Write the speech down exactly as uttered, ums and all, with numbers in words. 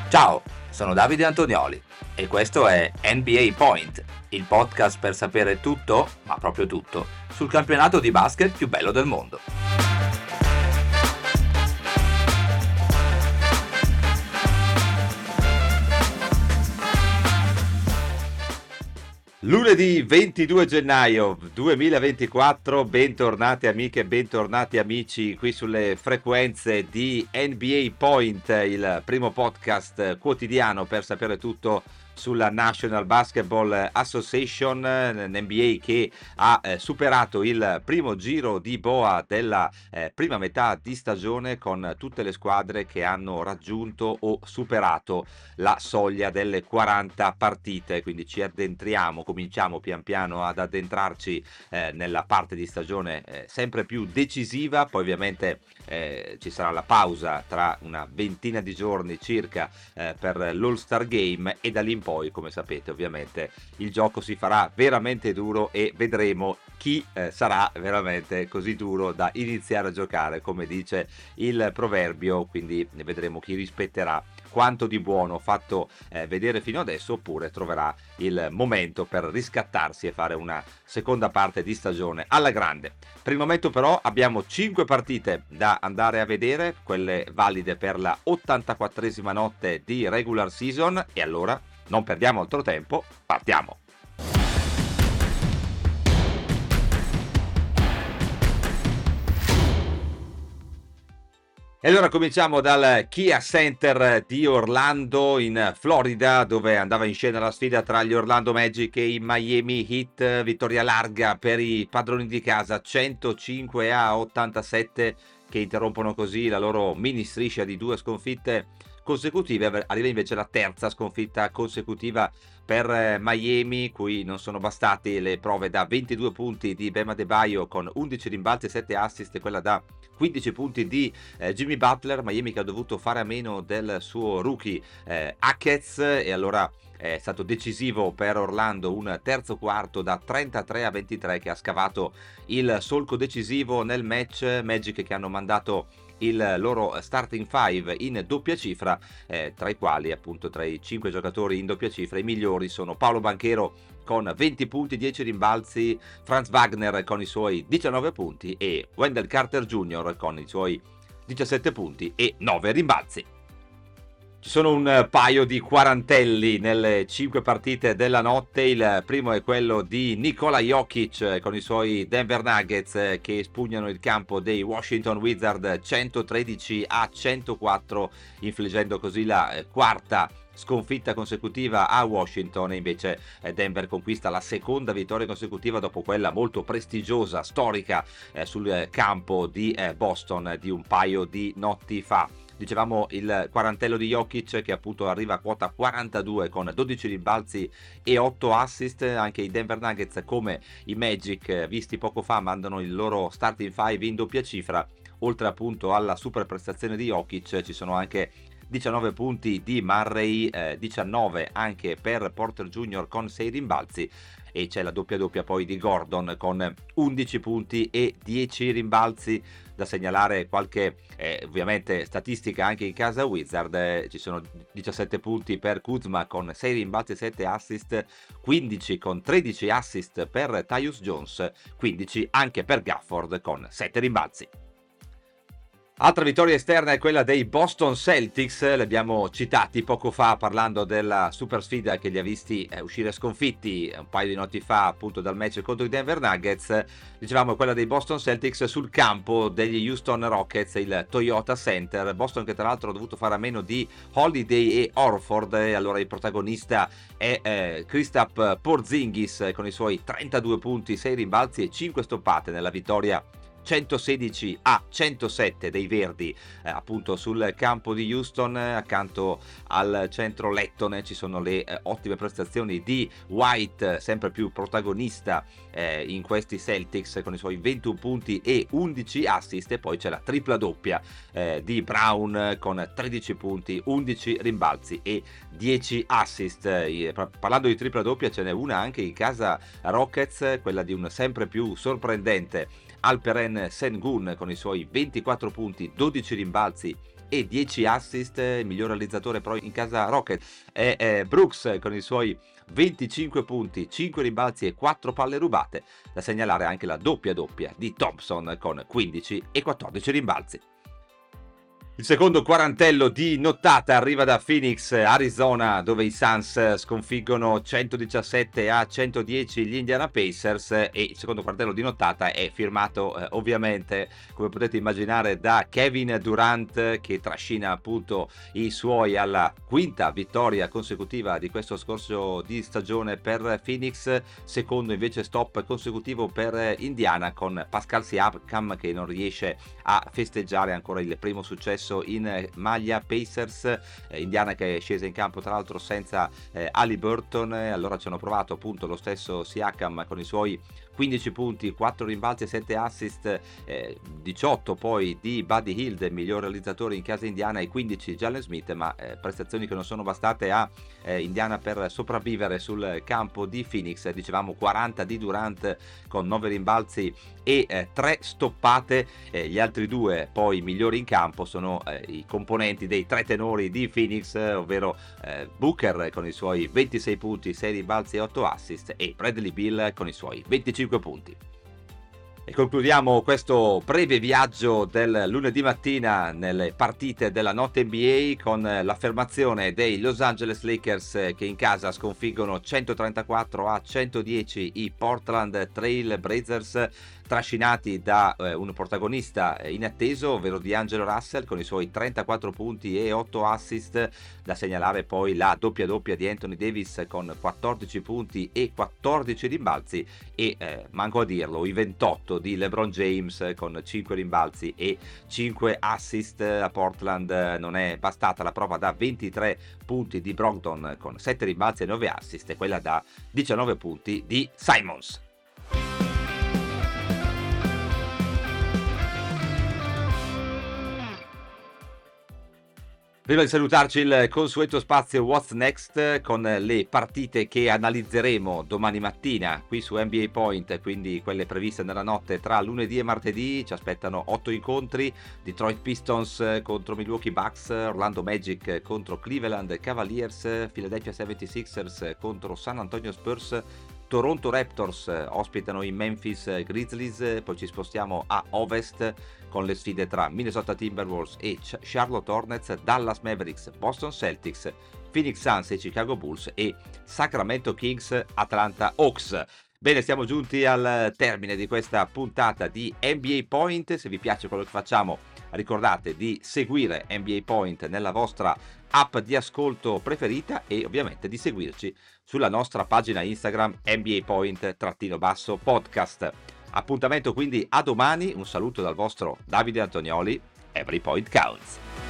Ciao, sono Davide Antonioli e questo è N B A Point, il podcast per sapere tutto, ma proprio tutto, sul campionato di basket più bello del mondo. Lunedì ventidue gennaio duemilaventiquattro, bentornati amiche e bentornati amici qui sulle frequenze di N B A Point, il primo podcast quotidiano per sapere tutto sulla National Basketball Association, N B A che ha eh, superato il primo giro di boa della eh, prima metà di stagione con tutte le squadre che hanno raggiunto o superato la soglia delle quaranta partite, quindi ci addentriamo, cominciamo pian piano ad addentrarci eh, nella parte di stagione eh, sempre più decisiva. Poi ovviamente eh, ci sarà la pausa tra una ventina di giorni circa eh, per l'All-Star Game e da lì in poi, come sapete, ovviamente il gioco si farà veramente duro e vedremo chi eh, sarà veramente così duro da iniziare a giocare, come dice il proverbio, quindi vedremo chi rispetterà quanto di buono fatto eh, vedere fino adesso, oppure troverà il momento per riscattarsi e fare una seconda parte di stagione alla grande. Per il momento però abbiamo cinque partite da andare a vedere, quelle valide per la ottantaquattresima notte di regular season, e allora non perdiamo altro tempo, partiamo! E allora cominciamo dal Kia Center di Orlando in Florida, dove andava in scena la sfida tra gli Orlando Magic e i Miami Heat. Vittoria larga per i padroni di casa, centocinque a ottantasette, che interrompono così la loro mini striscia di due sconfitte consecutive. Arriva invece la terza sconfitta consecutiva per Miami, cui non sono bastate le prove da ventidue punti di Bam Adebayo con undici rimbalzi e sette assist, e quella da quindici punti di eh, Jimmy Butler. Miami che ha dovuto fare a meno del suo rookie eh, Hackett, e allora è stato decisivo per Orlando un terzo quarto da trentatré a ventitré che ha scavato il solco decisivo nel match. Magic che hanno mandato il loro starting five in doppia cifra, eh, tra i quali appunto tra i cinque giocatori in doppia cifra i migliori sono Paolo Banchero con venti punti, dieci rimbalzi, Franz Wagner con i suoi diciannove punti e Wendell Carter Junior con i suoi diciassette punti e nove rimbalzi. Ci sono un paio di quarantelli nelle cinque partite della notte. Il primo è quello di Nikola Jokic con i suoi Denver Nuggets che espugnano il campo dei Washington Wizards centotredici a centoquattro, infliggendo così la quarta sconfitta consecutiva a Washington. E invece Denver conquista la seconda vittoria consecutiva dopo quella molto prestigiosa, storica eh, sul campo di eh, Boston di un paio di notti fa. Dicevamo il quarantello di Jokic che appunto arriva a quota quarantadue con dodici rimbalzi e otto assist. Anche i Denver Nuggets, come i Magic visti poco fa, mandano il loro starting five in doppia cifra. Oltre appunto alla super prestazione di Jokic ci sono anche diciannove punti di Murray, eh, diciannove anche per Porter Junior con sei rimbalzi, e c'è la doppia doppia poi di Gordon con undici punti e dieci rimbalzi. Da segnalare qualche eh, ovviamente statistica anche in casa Wizard. Eh, ci sono diciassette punti per Kuzma con sei rimbalzi e sette assist, quindici con tredici assist per Tyus Jones, quindici anche per Gafford con sette rimbalzi. Altra vittoria esterna è quella dei Boston Celtics, li abbiamo citati poco fa parlando della super sfida che li ha visti eh, uscire sconfitti un paio di notti fa appunto dal match contro i Denver Nuggets. Dicevamo quella dei Boston Celtics sul campo degli Houston Rockets, il Toyota Center. Boston che tra l'altro ha dovuto fare a meno di Holiday e Horford, e allora il protagonista è eh, Kristaps Porzingis con i suoi trentadue punti, sei rimbalzi e cinque stoppate nella vittoria centosedici a centosette dei Verdi eh, appunto sul campo di Houston. Accanto al centro lettone ci sono le eh, ottime prestazioni di White, sempre più protagonista eh, in questi Celtics con i suoi ventuno punti e undici assist, e poi c'è la tripla doppia eh, di Brown con tredici punti, undici rimbalzi e dieci assist. Eh, parlando di tripla doppia, ce n'è una anche in casa Rockets, quella di un sempre più sorprendente Alperen Sengun con i suoi ventiquattro punti, dodici rimbalzi e dieci assist. Il miglior realizzatore però in casa Rocket è, è Brooks con i suoi venticinque punti, cinque rimbalzi e quattro palle rubate. Da segnalare anche la doppia doppia di Thompson con quindici e quattordici rimbalzi. Il secondo quarantello di nottata arriva da Phoenix, Arizona, dove i Suns sconfiggono centodiciassette a centodieci gli Indiana Pacers, e il secondo quarantello di nottata è firmato eh, ovviamente, come potete immaginare, da Kevin Durant, che trascina appunto i suoi alla quinta vittoria consecutiva di questo scorso di stagione per Phoenix, secondo invece stop consecutivo per Indiana, con Pascal Siakam che non riesce a festeggiare ancora il primo successo in maglia Pacers. eh, Indiana che è scesa in campo tra l'altro senza eh, Haliburton, eh, allora ci hanno provato appunto lo stesso Siakam con i suoi quindici punti, quattro rimbalzi e sette assist, eh, diciotto poi di Buddy Hield, miglior realizzatore in casa indiana, e quindici Jalen Smith, ma eh, prestazioni che non sono bastate a eh, Indiana per sopravvivere sul campo di Phoenix. Dicevamo quaranta di Durant con nove rimbalzi e eh, tre stoppate. Eh, gli altri due poi migliori in campo sono eh, i componenti dei tre tenori di Phoenix, eh, ovvero eh, Booker con i suoi ventisei punti, sei rimbalzi e otto assist, e Bradley Beal con i suoi venticinque punti. E concludiamo questo breve viaggio del lunedì mattina nelle partite della notte N B A con l'affermazione dei Los Angeles Lakers, che in casa sconfiggono centotrentaquattro a centodieci i Portland Trail Blazers, trascinati da eh, un protagonista inatteso, ovvero D'Angelo Russell con i suoi trentaquattro punti e otto assist. Da segnalare poi la doppia doppia di Anthony Davis con quattordici punti e quattordici rimbalzi, e eh, manco a dirlo i ventotto di LeBron James con cinque rimbalzi e cinque assist. A Portland non è bastata la prova da ventitré punti di Brogdon con sette rimbalzi e nove assist, e quella da diciannove punti di Simons. Prima di salutarci, il consueto spazio What's Next con le partite che analizzeremo domani mattina qui su N B A Point, quindi quelle previste nella notte tra lunedì e martedì. Ci aspettano otto incontri: Detroit Pistons contro Milwaukee Bucks, Orlando Magic contro Cleveland Cavaliers, Philadelphia seventy-sixers contro San Antonio Spurs, Toronto Raptors ospitano i Memphis Grizzlies. Poi ci spostiamo a ovest con le sfide tra Minnesota Timberwolves e Charlotte Hornets, Dallas Mavericks, Boston Celtics, Phoenix Suns e Chicago Bulls, e Sacramento Kings Atlanta Hawks. Bene, siamo giunti al termine di questa puntata di N B A Point. Se vi piace quello che facciamo, ricordate di seguire N B A Point nella vostra app di ascolto preferita, e ovviamente di seguirci sulla nostra pagina Instagram N B A Point-podcast. Appuntamento quindi a domani. Un saluto dal vostro Davide Antonioli. Every point counts.